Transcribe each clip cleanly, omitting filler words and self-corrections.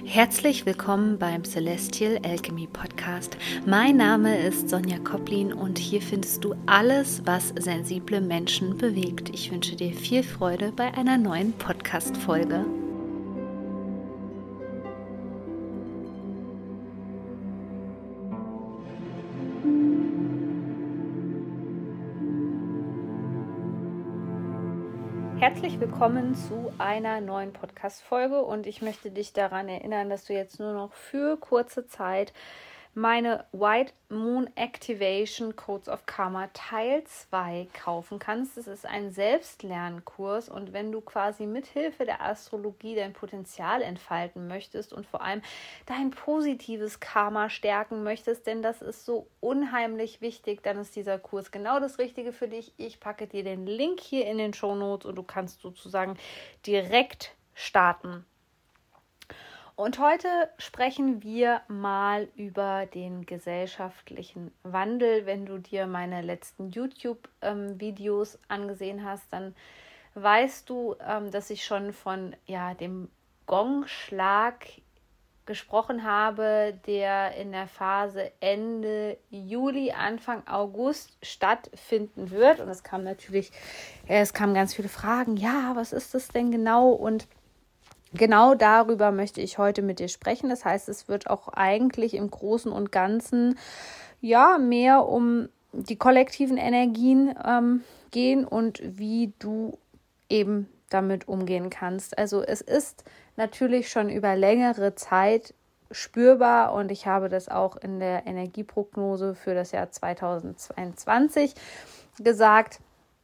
Herzlich willkommen beim Celestial Alchemy Podcast. Mein Name ist Sonja Kopplin und hier findest du alles, was sensible Menschen bewegt. Ich wünsche dir viel Freude bei einer neuen Podcast-Folge. Herzlich willkommen zu einer neuen Podcast-Folge und ich möchte dich daran erinnern, dass du jetzt nur noch für kurze Zeit meine White Moon Activation Codes of Karma Teil 2 kaufen kannst. Es ist ein Selbstlernkurs und wenn du quasi mithilfe der Astrologie dein Potenzial entfalten möchtest und vor allem dein positives Karma stärken möchtest, denn das ist so unheimlich wichtig, dann ist dieser Kurs genau das Richtige für dich. Ich packe dir den Link hier in den Shownotes und du kannst sozusagen direkt starten. Und heute sprechen wir mal über den gesellschaftlichen Wandel. Wenn du dir meine letzten YouTube-Videos angesehen hast, dann weißt du, dass ich schon von dem Gongschlag gesprochen habe, der in der Phase Ende Juli, Anfang August stattfinden wird. Und es kamen ganz viele Fragen. Ja, was ist das denn genau? Und genau darüber möchte ich heute mit dir sprechen. Das heißt, es wird auch eigentlich im Großen und Ganzen mehr um die kollektiven Energien gehen und wie du eben damit umgehen kannst. Also es ist natürlich schon über längere Zeit spürbar und ich habe das auch in der Energieprognose für das Jahr 2022 gesagt,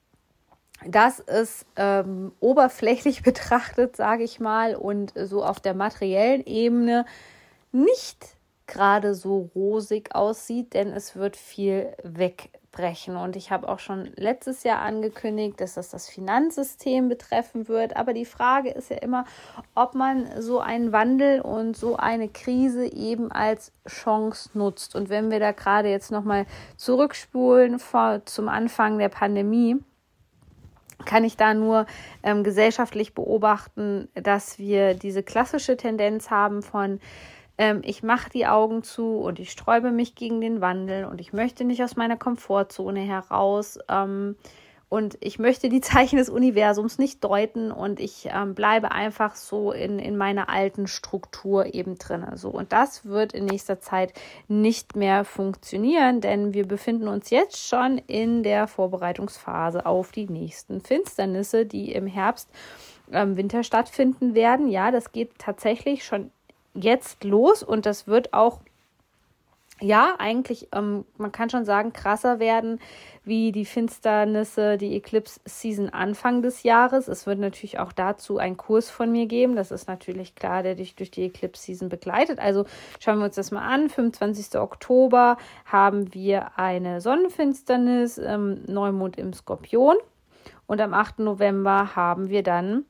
dass es oberflächlich betrachtet, sage ich mal, und so auf der materiellen Ebene nicht gerade so rosig aussieht, denn es wird viel wegbrechen. Und ich habe auch schon letztes Jahr angekündigt, dass das Finanzsystem betreffen wird. Aber die Frage ist ja immer, ob man so einen Wandel und so eine Krise eben als Chance nutzt. Und wenn wir da gerade jetzt nochmal zurückspulen zum Anfang der Pandemie, kann ich da nur gesellschaftlich beobachten, dass wir diese klassische Tendenz haben von ich mache die Augen zu und ich sträube mich gegen den Wandel und ich möchte nicht aus meiner Komfortzone heraus und ich möchte die Zeichen des Universums nicht deuten und ich bleibe einfach so in meiner alten Struktur eben drin. So, und das wird in nächster Zeit nicht mehr funktionieren, denn wir befinden uns jetzt schon in der Vorbereitungsphase auf die nächsten Finsternisse, die im Herbst, Winter stattfinden werden. Ja, das geht tatsächlich schon jetzt los und das wird auch eigentlich, man kann schon sagen, krasser werden wie die Finsternisse, die Eclipse-Season Anfang des Jahres. Es wird natürlich auch dazu einen Kurs von mir geben. Das ist natürlich klar, der dich durch die Eclipse-Season begleitet. Also schauen wir uns das mal an. 25. Oktober haben wir eine Sonnenfinsternis, Neumond im Skorpion. Und am 8. November haben wir dann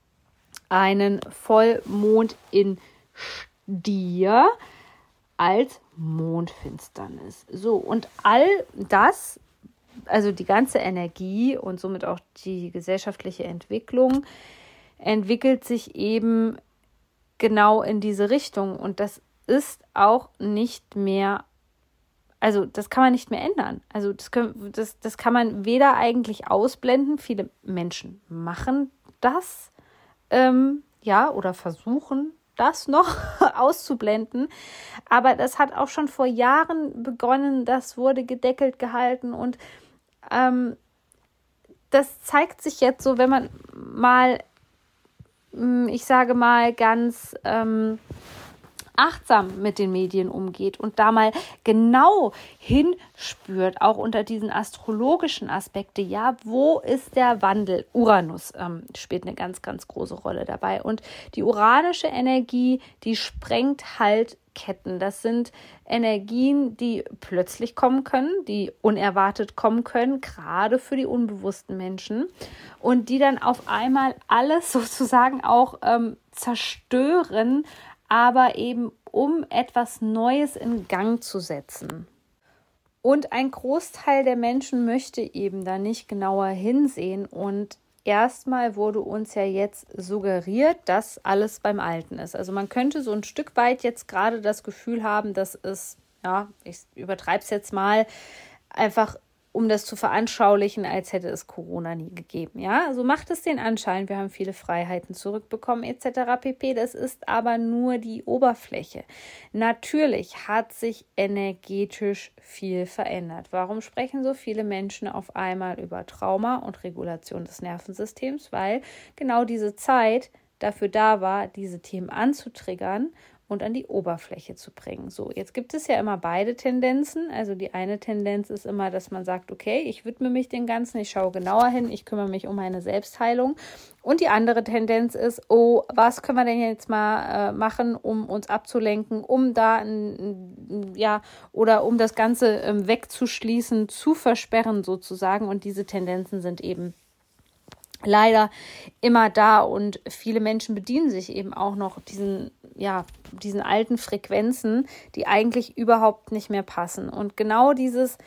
einen Vollmond in Stier als Mondfinsternis. So, und all das, also die ganze Energie und somit auch die gesellschaftliche Entwicklung, entwickelt sich eben genau in diese Richtung. Und das ist auch nicht mehr, also das kann man nicht mehr ändern. Also das kann man weder eigentlich ausblenden. Viele Menschen machen das, oder versuchen das noch auszublenden. Aber das hat auch schon vor Jahren begonnen, das wurde gedeckelt gehalten und das zeigt sich jetzt so, wenn man mal, ich sage mal, ganz achtsam mit den Medien umgeht und da mal genau hinspürt, auch unter diesen astrologischen Aspekten, wo ist der Wandel? Uranus spielt eine ganz, ganz große Rolle dabei und die uranische Energie, die sprengt halt Ketten. Das sind Energien, die plötzlich kommen können, die unerwartet kommen können, gerade für die unbewussten Menschen und die dann auf einmal alles sozusagen auch zerstören, aber eben um etwas Neues in Gang zu setzen. Und ein Großteil der Menschen möchte eben da nicht genauer hinsehen und erstmal wurde uns ja jetzt suggeriert, dass alles beim Alten ist. Also man könnte so ein Stück weit jetzt gerade das Gefühl haben, dass es, ja, ich übertreibe es jetzt mal, einfach um das zu veranschaulichen, als hätte es Corona nie gegeben. Ja, so macht es den Anschein, wir haben viele Freiheiten zurückbekommen etc. pp. Das ist aber nur die Oberfläche. Natürlich hat sich energetisch viel verändert. Warum sprechen so viele Menschen auf einmal über Trauma und Regulation des Nervensystems? Weil genau diese Zeit dafür da war, diese Themen anzutriggern und an die Oberfläche zu bringen. So, jetzt gibt es ja immer beide Tendenzen. Also die eine Tendenz ist immer, dass man sagt, okay, ich widme mich dem Ganzen, ich schaue genauer hin, ich kümmere mich um meine Selbstheilung. Und die andere Tendenz ist, oh, was können wir denn jetzt mal machen, um uns abzulenken, um da, oder um das Ganze wegzuschließen, zu versperren sozusagen. Und diese Tendenzen sind eben leider immer da und viele Menschen bedienen sich eben auch noch diesen alten Frequenzen, die eigentlich überhaupt nicht mehr passen. Und genau dieses,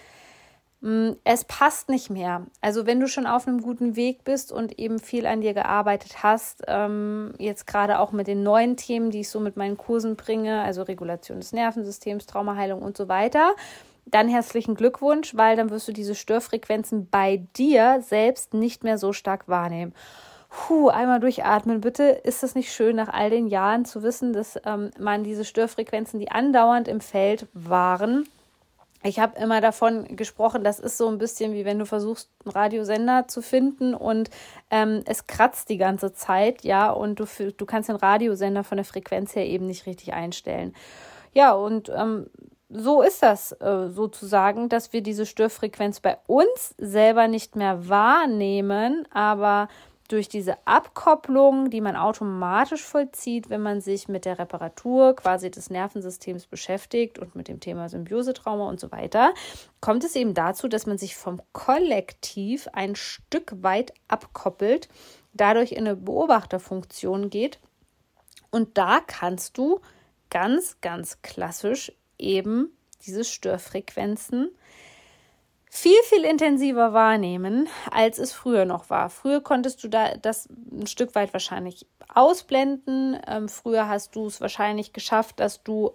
es passt nicht mehr. Also wenn du schon auf einem guten Weg bist und eben viel an dir gearbeitet hast, jetzt gerade auch mit den neuen Themen, die ich so mit meinen Kursen bringe, also Regulation des Nervensystems, Traumaheilung und so weiter, dann herzlichen Glückwunsch, weil dann wirst du diese Störfrequenzen bei dir selbst nicht mehr so stark wahrnehmen. Einmal durchatmen, bitte. Ist es nicht schön, nach all den Jahren zu wissen, dass man diese Störfrequenzen, die andauernd im Feld waren, ich habe immer davon gesprochen, das ist so ein bisschen wie wenn du versuchst, einen Radiosender zu finden und es kratzt die ganze Zeit, ja, und du kannst den Radiosender von der Frequenz her eben nicht richtig einstellen. Ja, und so ist das sozusagen, dass wir diese Störfrequenz bei uns selber nicht mehr wahrnehmen, aber durch diese Abkopplung, die man automatisch vollzieht, wenn man sich mit der Reparatur quasi des Nervensystems beschäftigt und mit dem Thema Symbiosetrauma und so weiter, kommt es eben dazu, dass man sich vom Kollektiv ein Stück weit abkoppelt, dadurch in eine Beobachterfunktion geht. Und da kannst du ganz, ganz klassisch eben diese Störfrequenzen viel, viel intensiver wahrnehmen, als es früher noch war. Früher konntest du das ein Stück weit wahrscheinlich ausblenden. Früher hast du es wahrscheinlich geschafft, dass du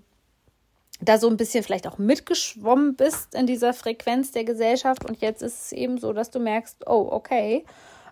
da so ein bisschen vielleicht auch mitgeschwommen bist in dieser Frequenz der Gesellschaft. Und jetzt ist es eben so, dass du merkst, oh, okay,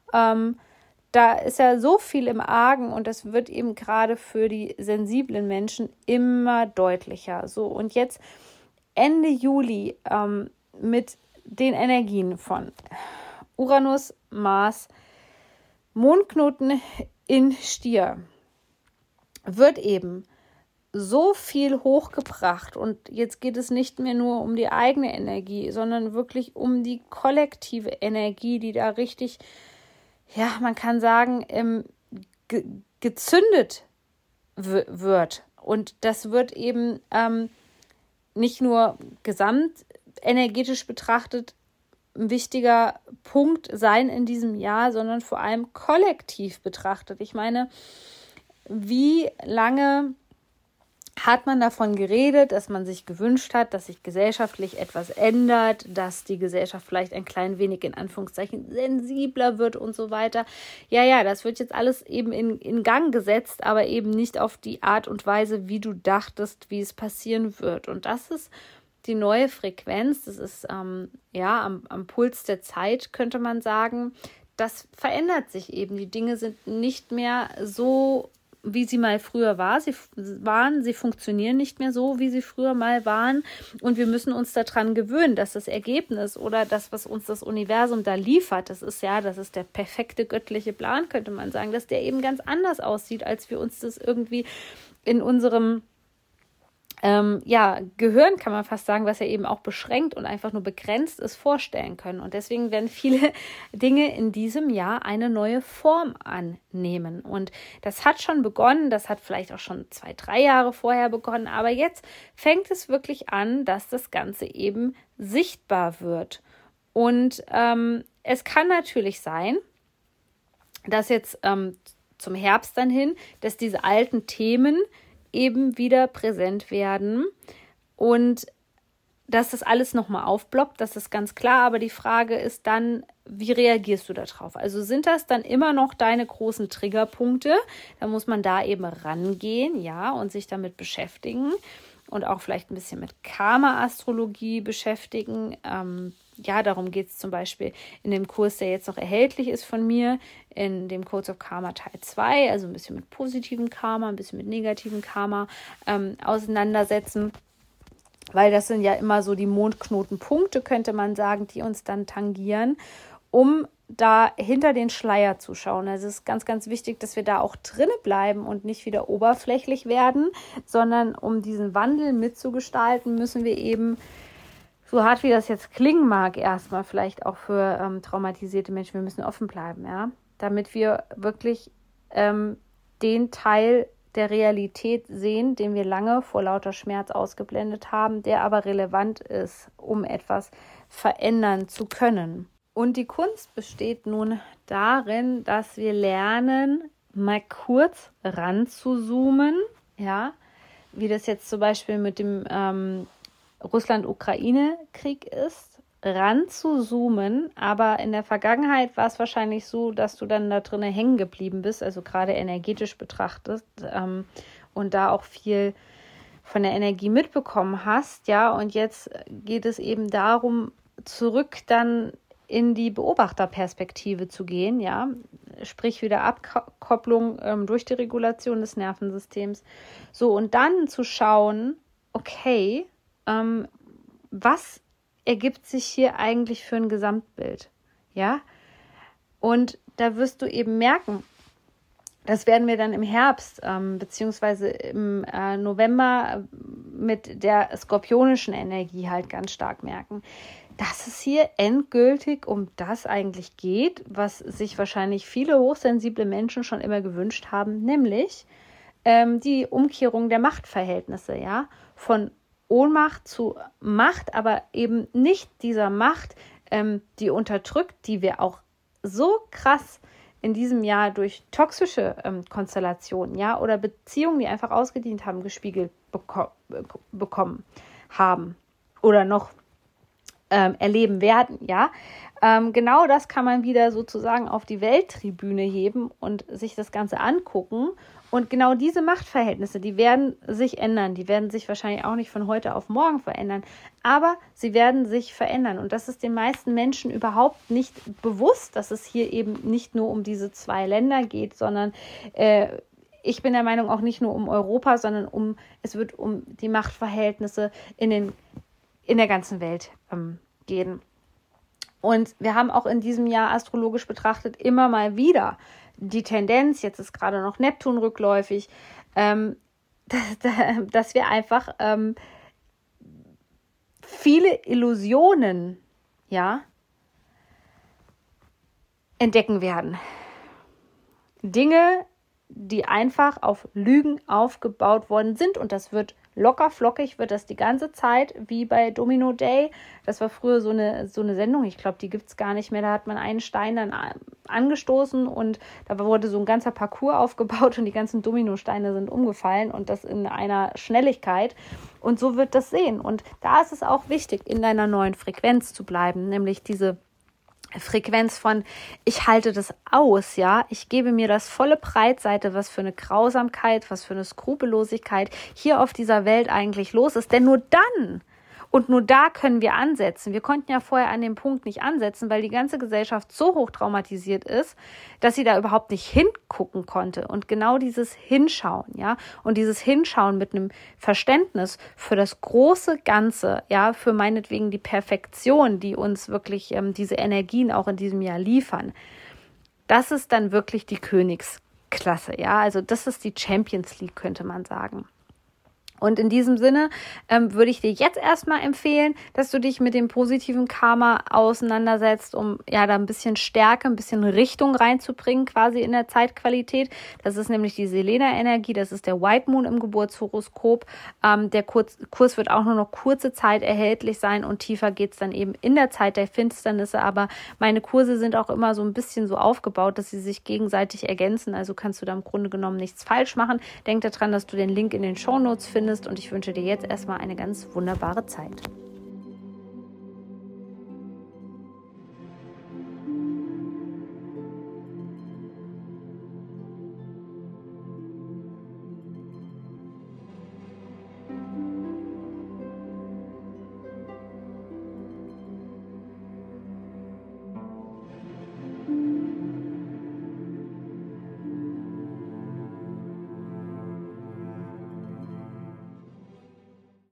da ist ja so viel im Argen und das wird eben gerade für die sensiblen Menschen immer deutlicher. So, und jetzt Ende Juli mit den Energien von Uranus, Mars, Mondknoten in Stier wird eben so viel hochgebracht und jetzt geht es nicht mehr nur um die eigene Energie, sondern wirklich um die kollektive Energie, die da richtig, ja, man kann sagen, gezündet wird. Und das wird eben nicht nur gesamtenergetisch betrachtet ein wichtiger Punkt sein in diesem Jahr, sondern vor allem kollektiv betrachtet. Ich meine, wie lange hat man davon geredet, dass man sich gewünscht hat, dass sich gesellschaftlich etwas ändert, dass die Gesellschaft vielleicht ein klein wenig in Anführungszeichen sensibler wird und so weiter. Ja, das wird jetzt alles eben in Gang gesetzt, aber eben nicht auf die Art und Weise, wie du dachtest, wie es passieren wird. Und das ist die neue Frequenz, das ist am Puls der Zeit, könnte man sagen. Das verändert sich eben. Die Dinge sind nicht mehr so, wie sie mal früher waren. Sie funktionieren nicht mehr so, wie sie früher mal waren. Und wir müssen uns daran gewöhnen, dass das Ergebnis oder das, was uns das Universum da liefert, das ist der perfekte göttliche Plan, könnte man sagen, dass der eben ganz anders aussieht, als wir uns das irgendwie in unserem Gehirn, kann man fast sagen, was ja eben auch beschränkt und einfach nur begrenzt ist, vorstellen können. Und deswegen werden viele Dinge in diesem Jahr eine neue Form annehmen. Und das hat schon begonnen, das hat vielleicht auch schon 2-3 Jahre vorher begonnen, aber jetzt fängt es wirklich an, dass das Ganze eben sichtbar wird. Und es kann natürlich sein, dass jetzt zum Herbst dann hin, dass diese alten Themen eben wieder präsent werden und dass das alles nochmal aufploppt, das ist ganz klar, aber die Frage ist dann, wie reagierst du darauf? Also sind das dann immer noch deine großen Triggerpunkte? Da muss man da eben rangehen, ja, und sich damit beschäftigen und auch vielleicht ein bisschen mit Karma-Astrologie beschäftigen. Ja, darum geht es zum Beispiel in dem Kurs, der jetzt noch erhältlich ist von mir, in dem Codes of Karma Teil 2, also ein bisschen mit positivem Karma, ein bisschen mit negativem Karma auseinandersetzen. Weil das sind ja immer so die Mondknotenpunkte, könnte man sagen, die uns dann tangieren, um da hinter den Schleier zu schauen. Also es ist ganz, ganz wichtig, dass wir da auch drinne bleiben und nicht wieder oberflächlich werden, sondern um diesen Wandel mitzugestalten, müssen wir eben, so hart wie das jetzt klingen mag, erstmal vielleicht auch für traumatisierte Menschen, wir müssen offen bleiben, ja, damit wir wirklich den Teil der Realität sehen, den wir lange vor lauter Schmerz ausgeblendet haben, der aber relevant ist, um etwas verändern zu können. Und die Kunst besteht nun darin, dass wir lernen, mal kurz ranzuzoomen, ja, wie das jetzt zum Beispiel mit dem Russland-Ukraine-Krieg ist, ranzuzoomen, aber in der Vergangenheit war es wahrscheinlich so, dass du dann da drinnen hängen geblieben bist, also gerade energetisch betrachtet und da auch viel von der Energie mitbekommen hast, ja, und jetzt geht es eben darum, zurück dann in die Beobachterperspektive zu gehen, ja, sprich wieder Abkopplung durch die Regulation des Nervensystems, so, und dann zu schauen, okay, was ergibt sich hier eigentlich für ein Gesamtbild, ja? Und da wirst du eben merken, das werden wir dann im Herbst beziehungsweise im November mit der skorpionischen Energie halt ganz stark merken, dass es hier endgültig um das eigentlich geht, was sich wahrscheinlich viele hochsensible Menschen schon immer gewünscht haben, nämlich die Umkehrung der Machtverhältnisse, ja, von Ohnmacht zu Macht, aber eben nicht dieser Macht, die unterdrückt, die wir auch so krass in diesem Jahr durch toxische Konstellationen, ja, oder Beziehungen, die einfach ausgedient haben, gespiegelt bekommen haben oder noch erleben werden, ja. Genau das kann man wieder sozusagen auf die Welttribüne heben und sich das Ganze angucken. Und genau diese Machtverhältnisse, die werden sich ändern. Die werden sich wahrscheinlich auch nicht von heute auf morgen verändern, aber sie werden sich verändern. Und das ist den meisten Menschen überhaupt nicht bewusst, dass es hier eben nicht nur um diese zwei Länder geht, sondern ich bin der Meinung auch nicht nur um Europa, sondern es wird um die Machtverhältnisse in der ganzen Welt gehen. Und wir haben auch in diesem Jahr astrologisch betrachtet immer mal wieder die Tendenz, jetzt ist gerade noch Neptun rückläufig, dass wir einfach viele Illusionen, ja, entdecken werden. Dinge, die einfach auf Lügen aufgebaut worden sind, und das wird locker flockig, wird das die ganze Zeit, wie bei Domino Day. Das war früher so eine Sendung, ich glaube, die gibt es gar nicht mehr. Da hat man einen Stein dann angestoßen und da wurde so ein ganzer Parcours aufgebaut und die ganzen Dominosteine sind umgefallen und das in einer Schnelligkeit. Und so wird das sehen. Und da ist es auch wichtig, in deiner neuen Frequenz zu bleiben, nämlich diese Frequenz von, ich halte das aus, ja, ich gebe mir das volle Breitseite, was für eine Grausamkeit, was für eine Skrupellosigkeit hier auf dieser Welt eigentlich los ist, denn nur dann und nur da können wir ansetzen. Wir konnten ja vorher an dem Punkt nicht ansetzen, weil die ganze Gesellschaft so hoch traumatisiert ist, dass sie da überhaupt nicht hingucken konnte. Und genau dieses Hinschauen, ja, und dieses Hinschauen mit einem Verständnis für das große Ganze, ja, für meinetwegen die Perfektion, die uns wirklich diese Energien auch in diesem Jahr liefern, das ist dann wirklich die Königsklasse, ja, also das ist die Champions League, könnte man sagen. Und in diesem Sinne würde ich dir jetzt erstmal empfehlen, dass du dich mit dem positiven Karma auseinandersetzt, um ja da ein bisschen Stärke, ein bisschen Richtung reinzubringen quasi in der Zeitqualität. Das ist nämlich die Selena-Energie, das ist der White Moon im Geburtshoroskop. Der Kurs wird auch nur noch kurze Zeit erhältlich sein und tiefer geht es dann eben in der Zeit der Finsternisse. Aber meine Kurse sind auch immer so ein bisschen so aufgebaut, dass sie sich gegenseitig ergänzen. Also kannst du da im Grunde genommen nichts falsch machen. Denk daran, dass du den Link in den Shownotes findest. Und ich wünsche dir jetzt erstmal eine ganz wunderbare Zeit.